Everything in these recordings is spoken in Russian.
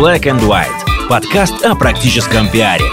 Black and White. Подкаст о практическом пиаре.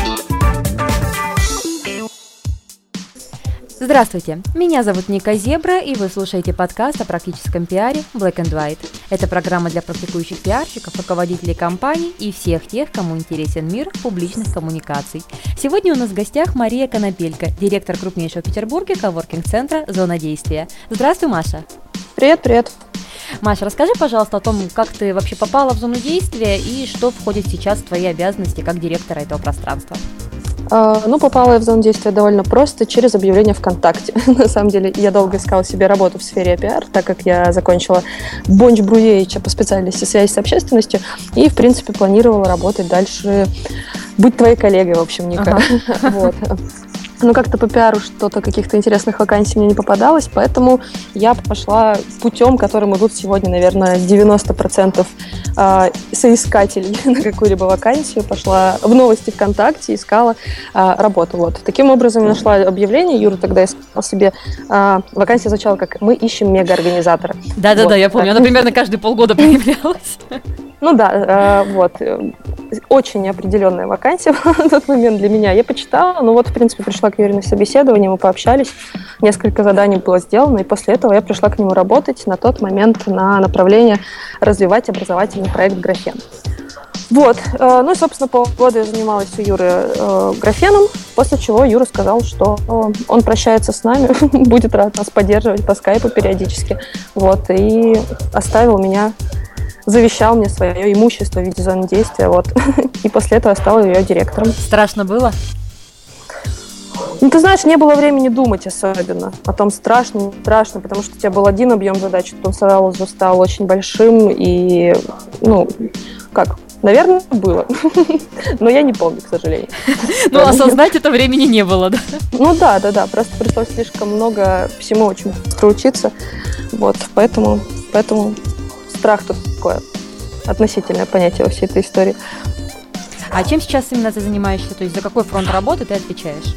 Здравствуйте, меня зовут Ника Зебра, и вы слушаете подкаст о практическом пиаре Black and White. Это программа для практикующих пиарщиков, руководителей компаний и всех тех, кому интересен мир публичных коммуникаций. Сегодня у нас в гостях Мария Конопелько, директор крупнейшего в Петербурге коворкинг-центра «Зона действия». Здравствуй, Маша. Привет. Маша, расскажи, пожалуйста, о том, как ты вообще попала в зону действия и что входит сейчас в твои обязанности как директора этого пространства. Попала я в зону действия довольно просто, через объявление ВКонтакте. На самом деле, я долго искала себе работу в сфере пиар, так как я закончила Бонч Бруевича по специальности связи с общественностью и, в принципе, планировала работать дальше, быть твоей коллегой, в общем, Ника. Вот. Но как-то по пиару что-то, каких-то интересных вакансий мне не попадалось, поэтому я пошла путем, которым идут сегодня, наверное, 90% соискателей на какую-либо вакансию. Пошла в новости ВКонтакте, искала работу. Вот. Таким образом, я нашла объявление. Юра тогда искал себе... Вакансия звучала как «Мы ищем мега-организатора». Да-да-да, я помню. Она примерно каждые полгода появлялась. Очень неопределенная вакансия на тот момент для меня. Я почитала, в принципе, пришла к Юре на собеседование, мы пообщались, несколько заданий было сделано, и после этого я пришла к нему работать на тот момент на направление развивать образовательный проект «Графен». Вот, собственно, полгода я занималась у Юры графеном, после чего Юра сказал, что он прощается с нами, будет рад нас поддерживать по скайпу периодически, и оставил меня, завещал мне свое имущество в виде зоны действия, и после этого я стала ее директором. Страшно было? Ты знаешь, не было времени думать особенно о том, страшно, не страшно, потому что у тебя был один объем задач, он сразу стал очень большим, и, наверное, было. Но я не помню, к сожалению. Осознать это времени не было, да? Да. Просто пришлось слишком много всему очень быстро учиться. Поэтому страх тут такое относительное понятие во всей этой истории. А чем сейчас именно ты занимаешься? То есть за какой фронт работы ты отвечаешь?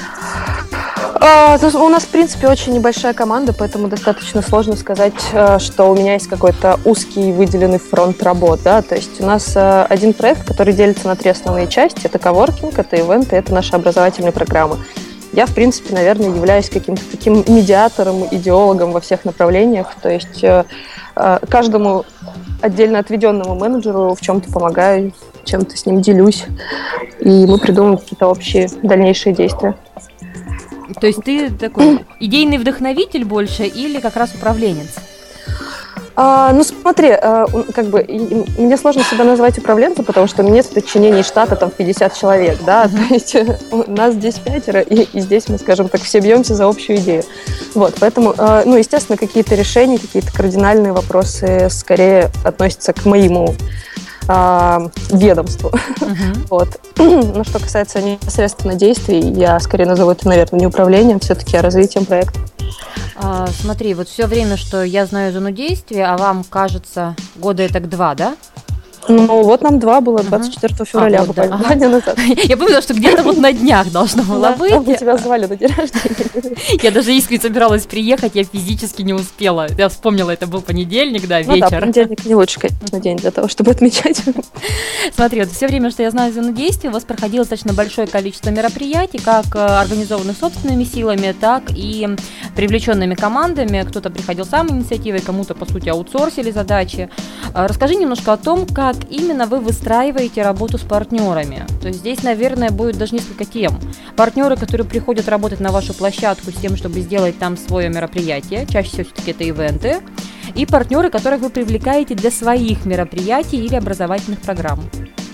У нас, в принципе, очень небольшая команда, поэтому достаточно сложно сказать, что у меня есть какой-то узкий выделенный фронт работ. Да? То есть у нас один проект, который делится на 3 основные части. Это коворкинг, это ивенты, это наши образовательные программы. Я, в принципе, наверное, являюсь каким-то таким медиатором, идеологом во всех направлениях. То есть каждому отдельно отведенному менеджеру в чем-то помогаю, чем-то с ним делюсь, и мы придумываем какие-то общие дальнейшие действия. То есть ты такой идейный вдохновитель больше или как раз управленец? Смотри, мне сложно себя называть управленцем, потому что у меня нет в подчинении штата 50 человек, да, то есть у нас здесь 5, и здесь мы, скажем так, все бьемся за общую идею. Поэтому, естественно, какие-то решения, какие-то кардинальные вопросы скорее относятся к моему ведомству. Но что касается непосредственно действий, я скорее назову это, наверное, не управлением, все-таки развитием проекта. Смотри, все время, что я знаю зону действия, а вам кажется, года это 2, да? Нам 2 было 24 февраля, буквально 2 дня назад. Я помню, что где-то на днях должно было быть. Мы тебя звали на день рождения. Я даже искренне собиралась приехать, я физически не успела. Я вспомнила, это был понедельник, да, вечер. Понедельник не лучший, конечно, день для того, чтобы отмечать. Смотри, все время, что я знаю зону действия, у вас проходило достаточно большое количество мероприятий, как организованных собственными силами, так и привлеченными командами. Кто-то приходил сам инициативой, кому-то, по сути, аутсорсили задачи. Расскажи немножко о том, как именно вы выстраиваете работу с партнерами. То есть здесь, наверное, будет даже несколько тем. Партнеры, которые приходят работать на вашу площадку с тем, чтобы сделать там свое мероприятие, чаще всего все-таки это ивенты, и партнеры, которых вы привлекаете для своих мероприятий или образовательных программ.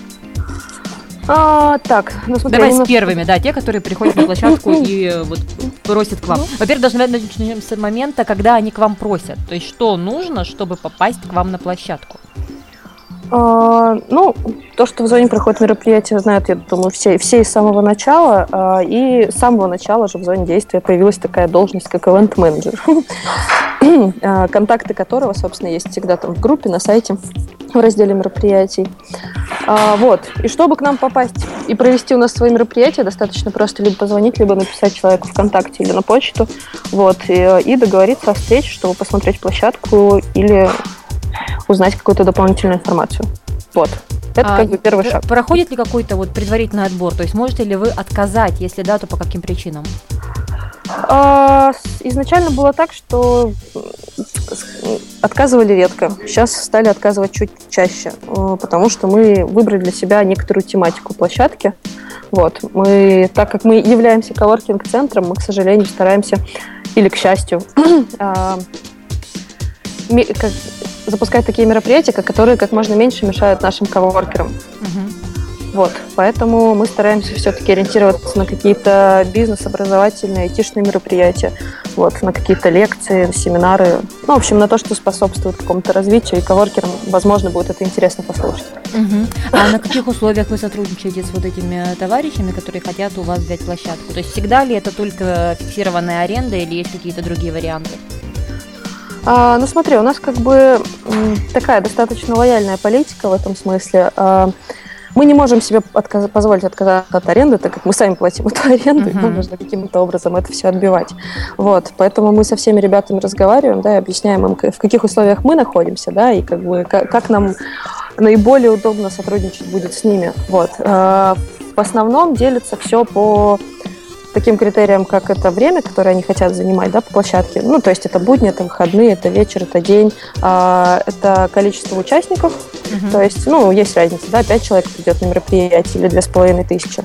Смотри, давай с первыми, те, которые приходят на площадку и просят к вам. Во-первых, даже начнем с момента, когда они к вам просят. То есть что нужно, чтобы попасть к вам на площадку? То, что в зоне проходят мероприятия, знают, я думаю, все из самого начала. И с самого начала же в зоне действия появилась такая должность, как ивент-менеджер. Контакты которого, собственно, есть всегда там в группе, на сайте, в разделе мероприятий. И чтобы к нам попасть и провести у нас свои мероприятия, достаточно просто либо позвонить, либо написать человеку ВКонтакте или на почту, и договориться о встрече, чтобы посмотреть площадку или узнать какую-то дополнительную информацию. Это как бы первый шаг. Проходит ли какой-то вот предварительный отбор? То есть можете ли вы отказать? Если да, то по каким причинам? Изначально было так, что отказывали редко. Сейчас стали отказывать чуть чаще, потому что мы выбрали для себя некоторую тематику площадки. Вот. Так как мы являемся коворкинг-центром, мы, к сожалению, стараемся, или к счастью, запускать такие мероприятия, которые как можно меньше мешают нашим коворкерам. Вот, поэтому мы стараемся все-таки ориентироваться на какие-то бизнес-образовательные, айтишные мероприятия, вот, на какие-то лекции, семинары, в общем, на то, что способствует какому-то развитию, и коворкерам, возможно, будет это интересно послушать. А на каких условиях вы сотрудничаете с вот этими товарищами, которые хотят у вас взять площадку? То есть всегда ли это только фиксированная аренда или есть какие-то другие варианты? Смотри, у нас как бы такая достаточно лояльная политика в этом смысле. Мы не можем себе позволить отказаться от аренды, так как мы сами платим эту аренду, и нам нужно каким-то образом это все отбивать. Вот, поэтому мы со всеми ребятами разговариваем, да, и объясняем им, в каких условиях мы находимся, да, и как нам наиболее удобно сотрудничать будет с ними. Вот. В основном делится все по таким критериям, как это время, которое они хотят занимать, да, по площадке. То есть это будни, это выходные, это вечер, это день, это количество участников. То есть, есть разница, да, 5 человек придет на мероприятие или 2500.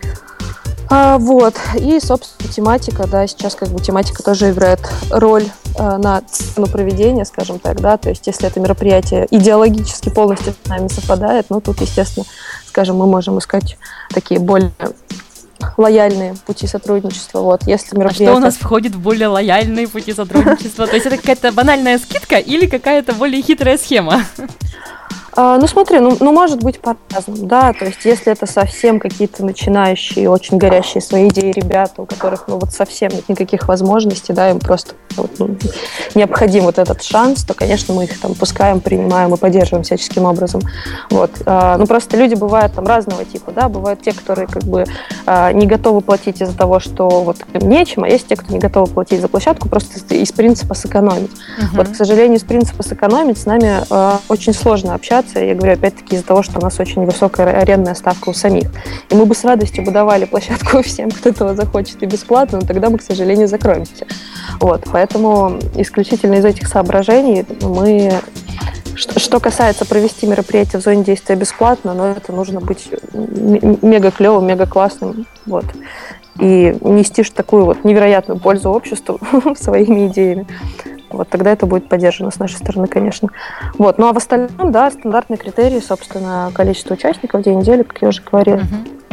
Вот. И, собственно, тематика, да, сейчас как бы тематика тоже играет роль на цену проведения, скажем так, да, то есть если это мероприятие идеологически полностью с нами совпадает, тут, естественно, скажем, мы можем искать такие более лояльные пути сотрудничества. Вот, если мероприятие... А что у нас входит в более лояльные пути сотрудничества? То есть это какая-то банальная скидка или какая-то более хитрая схема? Смотри, может быть по-разному, да, то есть если это совсем какие-то начинающие, очень горящие свои идеи ребята, у которых, совсем нет никаких возможностей, да, им просто необходим вот этот шанс, то, конечно, мы их там пускаем, принимаем и поддерживаем всяческим образом, вот. Просто люди бывают там разного типа, да, бывают те, которые как бы не готовы платить из-за того, что вот им нечем, а есть те, кто не готовы платить за площадку просто из принципа сэкономить. Вот, к сожалению, из принципа сэкономить с нами очень сложно общаться. Я говорю, опять-таки, из-за того, что у нас очень высокая арендная ставка у самих. И мы бы с радостью бы давали площадку всем, кто этого захочет, и бесплатно, но тогда мы, к сожалению, закроемся. Вот, поэтому исключительно из этих соображений мы... Что касается провести мероприятие в зоне действия бесплатно, но это нужно быть мега клевым, мега классным, вот. И нести такую вот невероятную пользу обществу своими идеями. Вот тогда это будет поддержано с нашей стороны, конечно. Вот. А в остальном, да, стандартные критерии, собственно, количество участников, день недели, как я уже говорила.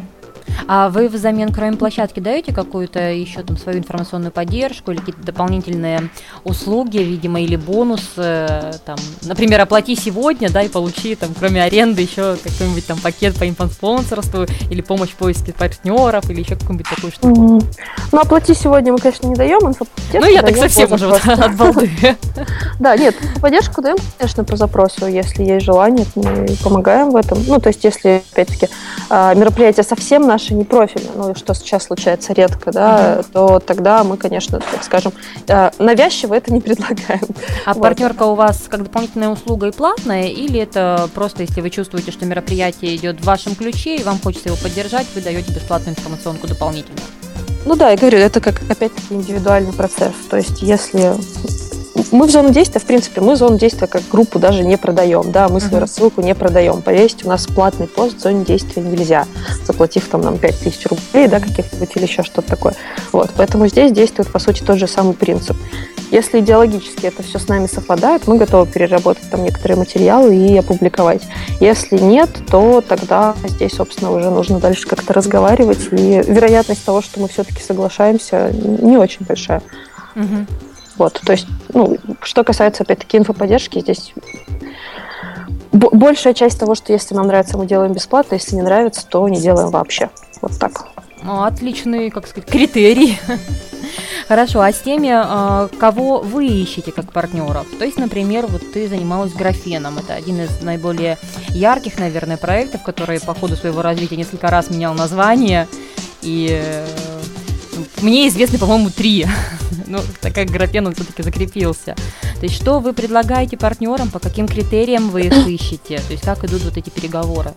А вы взамен, кроме площадки, даете какую-то еще там свою информационную поддержку или какие-то дополнительные услуги, видимо, или бонус, там, например, оплати сегодня, да, и получи там, кроме аренды, еще какой-нибудь там пакет по инфоспонсорству или помощь в поиске партнеров или еще какую-нибудь такую штуку? Оплати сегодня мы, конечно, не даем инфоподдержку. Я так совсем уже от балды. Да, нет, поддержку даем, конечно, по запросу, если есть желание, мы помогаем в этом. То есть, если, опять-таки, мероприятие совсем наше не профильное, что сейчас случается редко, да, то тогда мы, конечно, так скажем, навязчиво это не предлагаем. А партнерка у вас как дополнительная услуга и платная, или это просто, если вы чувствуете, что мероприятие идет в вашем ключе, и вам хочется его поддержать, вы даете бесплатную информационку дополнительно? Да, я говорю, это как, опять-таки, индивидуальный процесс. То есть, если... Мы в зону действия, в принципе, мы зону действия как группу даже не продаем, да, мы свою рассылку не продаем. Повесить у нас платный пост в зоне действия нельзя, заплатив там нам 5000 рублей, да, каких-нибудь или еще что-то такое. Вот, поэтому здесь действует, по сути, тот же самый принцип. Если идеологически это все с нами совпадает, мы готовы переработать там некоторые материалы и опубликовать. Если нет, то тогда здесь, собственно, уже нужно дальше как-то разговаривать, и вероятность того, что мы все-таки соглашаемся, не очень большая. Вот, то есть, что касается, опять-таки, инфоподдержки, здесь большая часть того, что если нам нравится, мы делаем бесплатно, если не нравится, то не делаем вообще. Вот так. Отличный, как сказать, критерий. Хорошо, а с теми, кого вы ищете как партнеров? То есть, например, вот ты занималась графеном. Это один из наиболее ярких, наверное, проектов, который по ходу своего развития несколько раз менял название. И мне известны, по-моему, 3. Так как графен, он все-таки закрепился. То есть что вы предлагаете партнерам, по каким критериям вы их ищете? То есть как идут вот эти переговоры?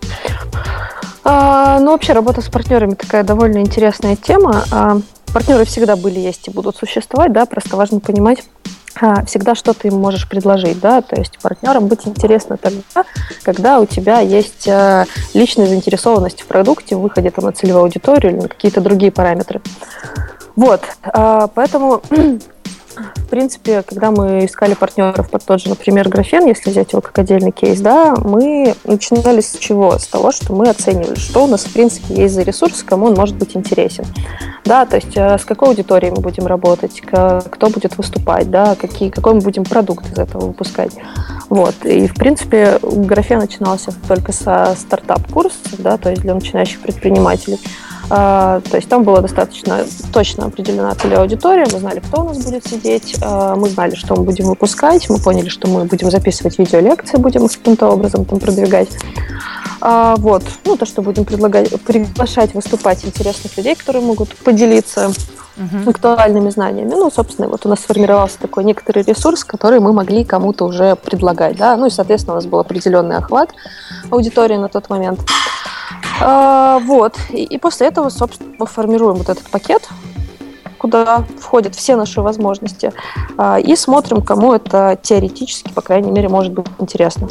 Ну, вообще, работа с партнерами такая довольно интересная тема. Партнеры всегда были, есть и будут существовать, да, просто важно понимать, всегда что ты им можешь предложить, да, то есть партнерам быть интересно тогда, когда у тебя есть личная заинтересованность в продукте, в выходе там на целевую аудиторию или на какие-то другие параметры. Вот, поэтому... В принципе, когда мы искали партнеров под тот же, например, графен, если взять его как отдельный кейс, да, мы начинали с чего? С того, что мы оценивали, что у нас, в принципе, есть за ресурс, кому он может быть интересен. Да, то есть с какой аудиторией мы будем работать, кто будет выступать, да, какой мы будем продукт из этого выпускать. Вот. И, в принципе, графен начинался только со стартап-курсов, да, то есть для начинающих предпринимателей. То есть там была достаточно точно определена целевая аудитория, мы знали, кто у нас будет сидеть, мы знали, что мы будем выпускать, мы поняли, что мы будем записывать видеолекции, будем их каким-то образом там продвигать. Вот. Ну, то, что будем приглашать выступать интересных людей, которые могут поделиться актуальными знаниями. Ну, собственно, вот у нас сформировался такой некоторый ресурс, который мы могли кому-то уже предлагать, да, ну и, соответственно, у нас был определенный охват аудитории на тот момент. Вот. И после этого, собственно, мы формируем вот этот пакет, куда входят все наши возможности, и смотрим, кому это теоретически, по крайней мере, может быть интересно.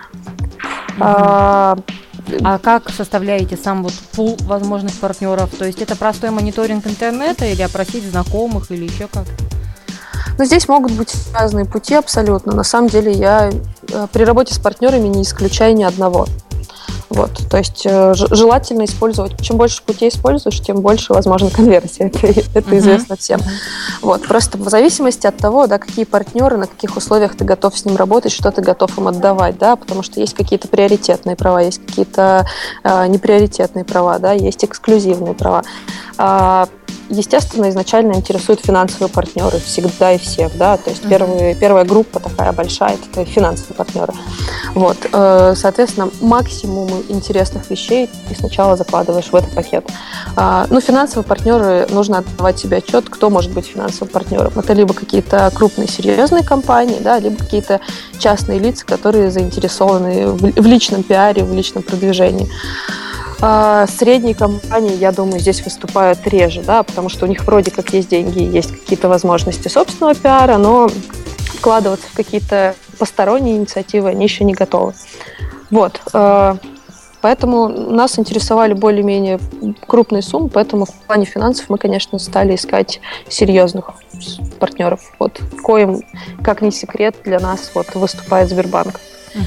А как составляете сам вот пул возможных партнеров? То есть это простой мониторинг интернета или опросить знакомых или еще как? Ну, здесь могут быть разные пути абсолютно. На самом деле я при работе с партнерами не исключаю ни одного. Вот, то есть желательно использовать, чем больше путей используешь, тем больше возможна конверсия, это известно всем. Вот, просто в зависимости от того, да, какие партнеры, на каких условиях ты готов с ним работать, что ты готов им отдавать, да, потому что есть какие-то приоритетные права, есть какие-то неприоритетные права, да, есть эксклюзивные права. Естественно, изначально интересуют финансовые партнеры всегда и всех, да, то есть первая группа такая большая, это финансовые партнеры. Вот, соответственно, максимум интересных вещей ты сначала закладываешь в этот пакет. Ну, финансовые партнеры, нужно отдавать себе отчет, кто может быть финансовым партнером. Это либо какие-то крупные серьезные компании, да, либо какие-то частные лица, которые заинтересованы в личном пиаре, в личном продвижении. Средние компании, я думаю, здесь выступают реже, да, потому что у них вроде как есть деньги, есть какие-то возможности собственного пиара, но вкладываться в какие-то посторонние инициативы они еще не готовы. Вот. Поэтому нас интересовали более-менее крупные суммы, поэтому в плане финансов мы, конечно, стали искать серьезных партнеров, вот, коим, как ни секрет, для нас вот, выступает Сбербанк.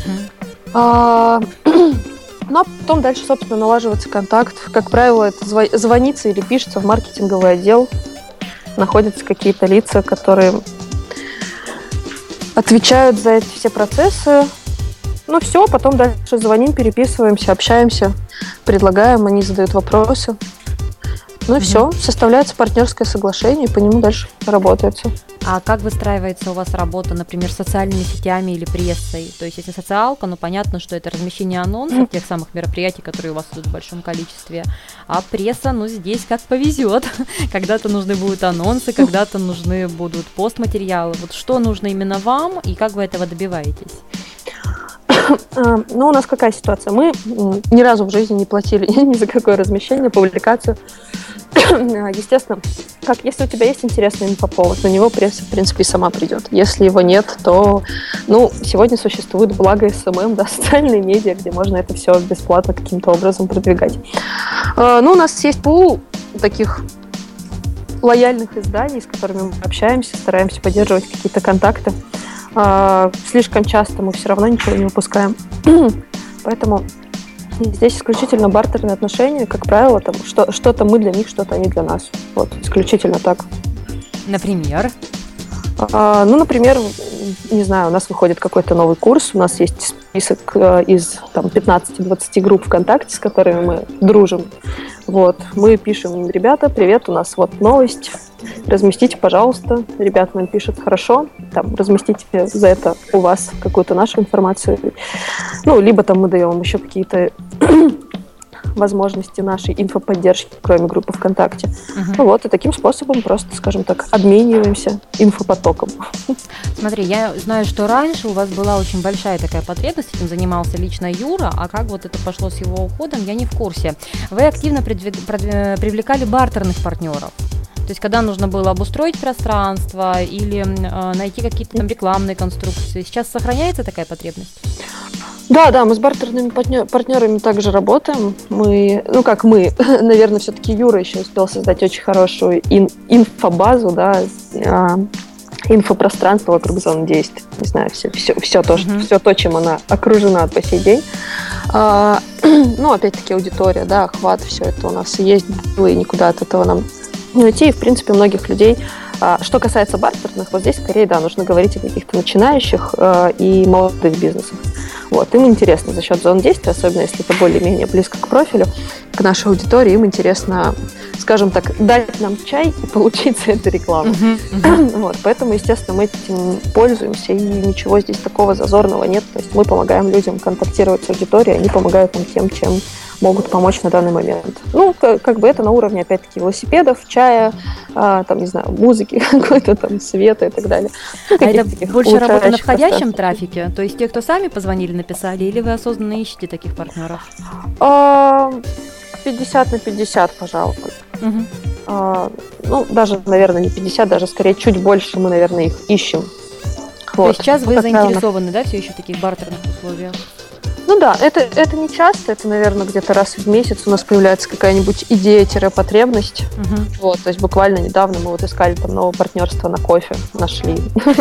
Ну, а потом дальше, собственно, налаживается контакт. Как правило, это звонится или пишется в маркетинговый отдел. Находятся какие-то лица, которые отвечают за эти все процессы. Ну, все, потом дальше звоним, переписываемся, общаемся, предлагаем, они задают вопросы. Ну и все, составляется партнерское соглашение, и по нему дальше работается. А как выстраивается у вас работа, например, с социальными сетями или прессой? То есть, если социалка, ну, понятно, что это размещение анонсов, тех самых мероприятий, которые у вас идут в большом количестве. А пресса, ну, здесь как повезет. Когда-то нужны будут анонсы, когда-то нужны будут постматериалы. Вот что нужно именно вам, и как вы этого добиваетесь? Ну, у нас какая ситуация? Мы ни разу в жизни не платили ни за какое размещение, публикацию. Естественно, если у тебя есть интересный инфоповод, на него пресса, в принципе, и сама придет. Если его нет, то, ну, сегодня существует благо СММ, да, социальные медиа, где можно это все бесплатно каким-то образом продвигать. Ну, у нас есть пул таких лояльных изданий, с которыми мы общаемся, стараемся поддерживать какие-то контакты. Слишком часто мы все равно ничего не выпускаем. Поэтому здесь исключительно бартерные отношения, как правило, там, что-то мы для них, что-то они для нас. Вот, исключительно так. Например? Ну, например, не знаю, у нас выходит какой-то новый курс, у нас есть список из там, 15-20 групп ВКонтакте, с которыми мы дружим. Вот, мы пишем: ребята, привет, у нас вот новость, разместите, пожалуйста. Ребята нам пишут: хорошо, там, разместите за это у вас какую-то нашу информацию. Ну, либо там мы даем еще какие-то возможности нашей инфоподдержки, кроме группы ВКонтакте. Ну вот, и таким способом просто, скажем так, обмениваемся инфопотоком. Смотри, я знаю, что раньше у вас была очень большая такая потребность, этим занимался лично Юра, а как вот это пошло с его уходом, я не в курсе. Вы активно привлекали бартерных партнеров. То есть, когда нужно было обустроить пространство или найти какие-то там рекламные конструкции. Сейчас сохраняется такая потребность? Да, мы с бартерными партнерами также работаем. Наверное, все-таки Юра еще успел создать очень хорошую инфобазу, да, инфопространство вокруг зоны действия. Не знаю, все то, чем она окружена по сей день. Опять-таки, аудитория, да, охват, все это у нас есть, и никуда от этого нам не уйти. И, в принципе, многих людей. Что касается бартерных, вот здесь скорее, да, нужно говорить о каких-то начинающих и молодых бизнесах. Вот, им интересно за счет зон действия, особенно если это более-менее близко к профилю, к нашей аудитории, им интересно, скажем так, дать нам чай и получить за это рекламу. Вот, поэтому, естественно, мы этим пользуемся, и ничего здесь такого зазорного нет. То есть мы помогаем людям контактировать с аудиторией, они помогают нам тем, чем могут помочь на данный момент. Ну, как бы это на уровне, опять-таки, велосипедов, чая, музыки какой-то там, света и так далее. А это больше работа на входящем трафике? То есть те, кто сами позвонили, написали, или вы осознанно ищете таких партнеров? 50 на 50, пожалуй. Даже, наверное, не 50, даже скорее чуть больше мы, наверное, их ищем. То есть сейчас вы заинтересованы, да, все еще в таких бартерных условиях? Ну да, это не часто, это, наверное, где-то раз в месяц у нас появляется какая-нибудь идея-потребность. Вот, то есть буквально недавно мы вот искали там новое партнерство на кофе, нашли.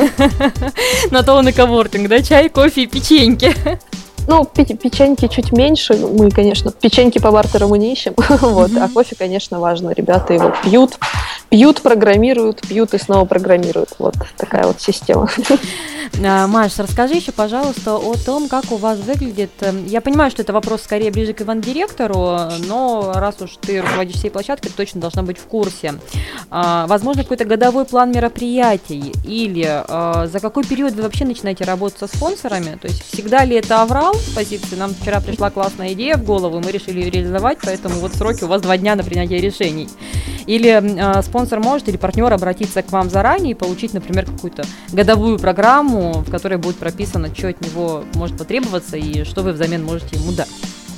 На то он и коворкинг, да? Чай, кофе и печеньки. Ну, печеньки чуть меньше, мы, конечно, печеньки по бартеру мы не ищем, вот, а кофе, конечно, важно, ребята его пьют, программируют, пьют и снова программируют, вот такая вот система. Маш, расскажи еще, пожалуйста, о том, как у вас выглядит, я понимаю, что это вопрос скорее ближе к Иван-директору, но раз уж ты руководишь всей площадкой, ты точно должна быть в курсе. Возможно, какой-то годовой план мероприятий, или за какой период вы вообще начинаете работать со спонсорами, то есть всегда ли это аврал с позиции, нам вчера пришла классная идея в голову, мы решили ее реализовать, поэтому вот сроки у вас 2 дня на принятие решений. Или спонсор может, или партнер обратиться к вам заранее и получить, например, какую-то годовую программу, в которой будет прописано, что от него может потребоваться и что вы взамен можете ему дать.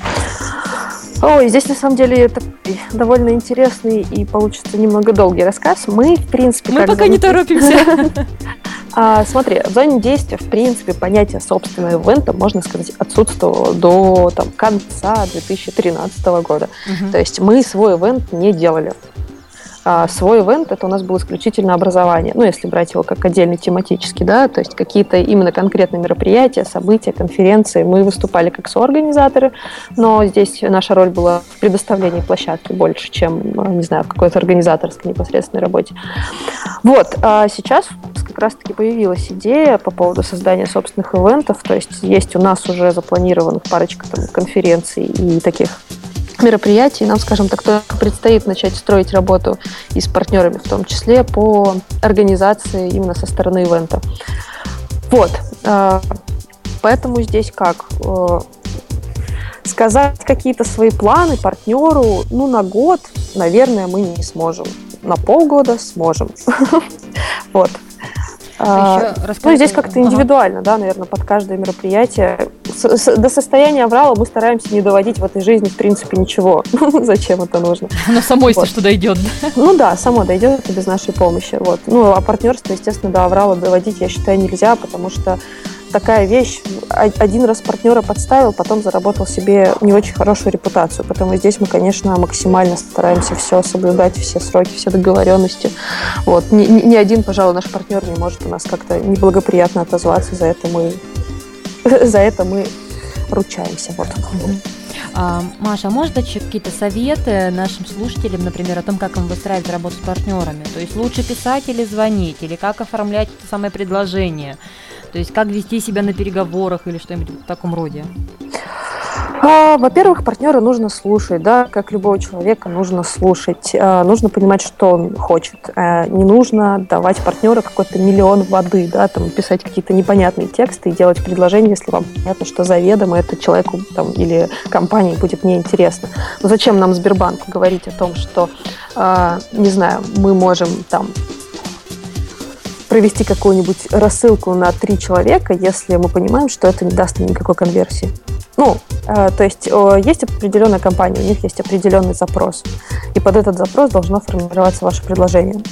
Ой, здесь на самом деле это довольно интересный и получится немного долгий рассказ. Мы, в принципе... Мы пока не торопимся. Смотри, в зоне действия, в принципе, понятие собственного ивента, можно сказать, отсутствовало до конца 2013 года. То есть мы свой ивент не делали. Свой ивент, это у нас было исключительно образование, ну, если брать его как отдельный тематический, да, то есть какие-то именно конкретные мероприятия, события, конференции. Мы выступали как соорганизаторы, но здесь наша роль была в предоставлении площадки больше, чем, не знаю, в какой-то организаторской непосредственной работе. Вот, а сейчас как раз-таки появилась идея по поводу создания собственных ивентов, то есть у нас уже запланированных парочка конференций и таких мероприятий. Нам, скажем так, только предстоит начать строить работу и с партнерами, в том числе по организации именно со стороны ивента. Вот. Поэтому здесь как? Сказать какие-то свои планы партнеру, на год, наверное, мы не сможем. На полгода сможем. Вот. Здесь как-то индивидуально, да, наверное, под каждое мероприятие. До состояния аврала мы стараемся не доводить в этой жизни, в принципе, ничего. Зачем это нужно? Оно само, если что, дойдет. Ну да, само дойдет и без нашей помощи. Вот. А партнерство, естественно, до аврала доводить, я считаю, нельзя, потому что такая вещь, один раз партнера подставил, потом заработал себе не очень хорошую репутацию. Поэтому здесь мы, конечно, максимально стараемся все соблюдать, все сроки, все договоренности. Вот. Ни один, пожалуй, наш партнер не может у нас как-то неблагоприятно отозваться, за это мы ручаемся. Вот. Маша, может дать какие-то советы нашим слушателям, например, о том, как им выстраивать работу с партнерами? То есть лучше писать или звонить, или как оформлять это самое предложение? То есть как вести себя на переговорах или что-нибудь в таком роде? Во-первых, партнера нужно слушать, да, как любого человека нужно слушать. Нужно понимать, что он хочет. Не нужно давать партнеру какой-то миллион воды, да, там, писать какие-то непонятные тексты и делать предложения, если вам понятно, что заведомо это человеку там, или компании будет неинтересно. Но зачем нам Сбербанку говорить о том, что, не знаю, мы можем там провести какую-нибудь рассылку на 3 человека, если мы понимаем, что это не даст никакой конверсии. То есть есть определенная компания, у них есть определенный запрос, и под этот запрос должно формироваться ваше предложение.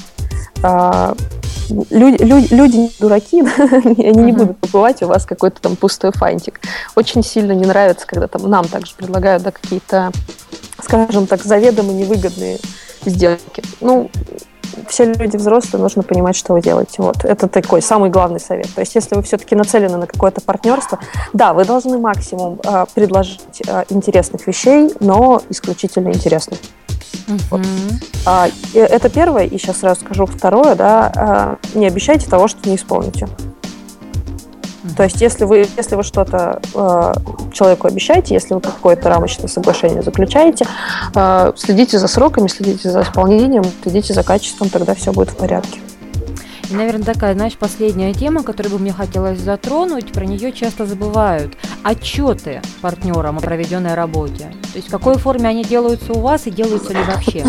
Люди не дураки, они не будут покупать у вас какой-то там пустой фантик. Очень сильно не нравится, когда там нам также предлагают какие-то, скажем так, заведомо невыгодные сделки. Все люди взрослые, нужно понимать, что вы делаете. Вот. Это такой самый главный совет. То есть, если вы все-таки нацелены на какое-то партнерство, да, вы должны максимум предложить интересных вещей, но исключительно интересных. Вот. Это первое, и сейчас сразу скажу второе, да, не обещайте того, что не исполните. То есть, если вы что-то человеку обещаете, если вы какое-то рамочное соглашение заключаете, следите за сроками, следите за исполнением, следите за качеством, тогда все будет в порядке. И, наверное, такая, последняя тема, которую бы мне хотелось затронуть, про нее часто забывают. Отчеты партнерам о проведенной работе. То есть в какой форме они делаются у вас и делаются ли вообще?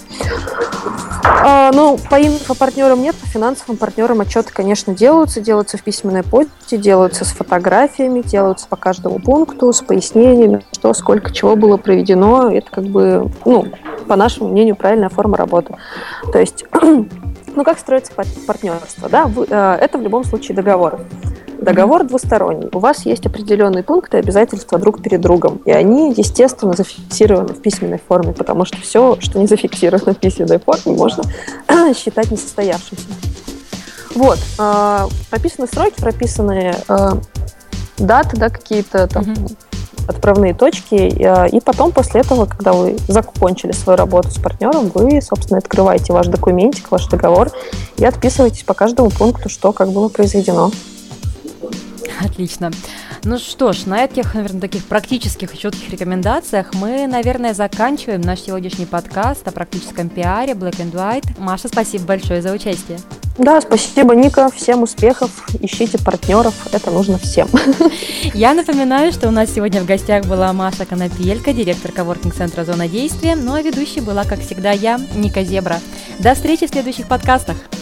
По инфопартнерам нет, по финансовым партнерам отчеты, конечно, делаются в письменной почте, делаются с фотографиями, делаются по каждому пункту, с пояснениями, что, сколько, чего было проведено. Это по нашему мнению, правильная форма работы. То есть, как строится партнерство? Да? Это в любом случае договор. Договор двусторонний. У вас есть определенные пункты и обязательства друг перед другом. И они, естественно, зафиксированы в письменной форме, потому что все, что не зафиксировано в письменной форме, можно считать несостоявшимся. Вот. Прописаны сроки, прописаны даты, да, какие-то там отправные точки. И потом, после этого, когда вы закончили свою работу с партнером, вы, собственно, открываете ваш документик, ваш договор и отписываетесь по каждому пункту, что как было произведено. Отлично. Ну что ж, на этих, наверное, таких практических и четких рекомендациях мы, наверное, заканчиваем наш сегодняшний подкаст о практическом пиаре Black and White. Маша, спасибо большое за участие. Да, спасибо, Ника. Всем успехов. Ищите партнеров. Это нужно всем. Я напоминаю, что у нас сегодня в гостях была Маша Конопелька, директор коворкинг-центра «Зона действия», ну а ведущей была, как всегда, я, Ника Зебра. До встречи в следующих подкастах.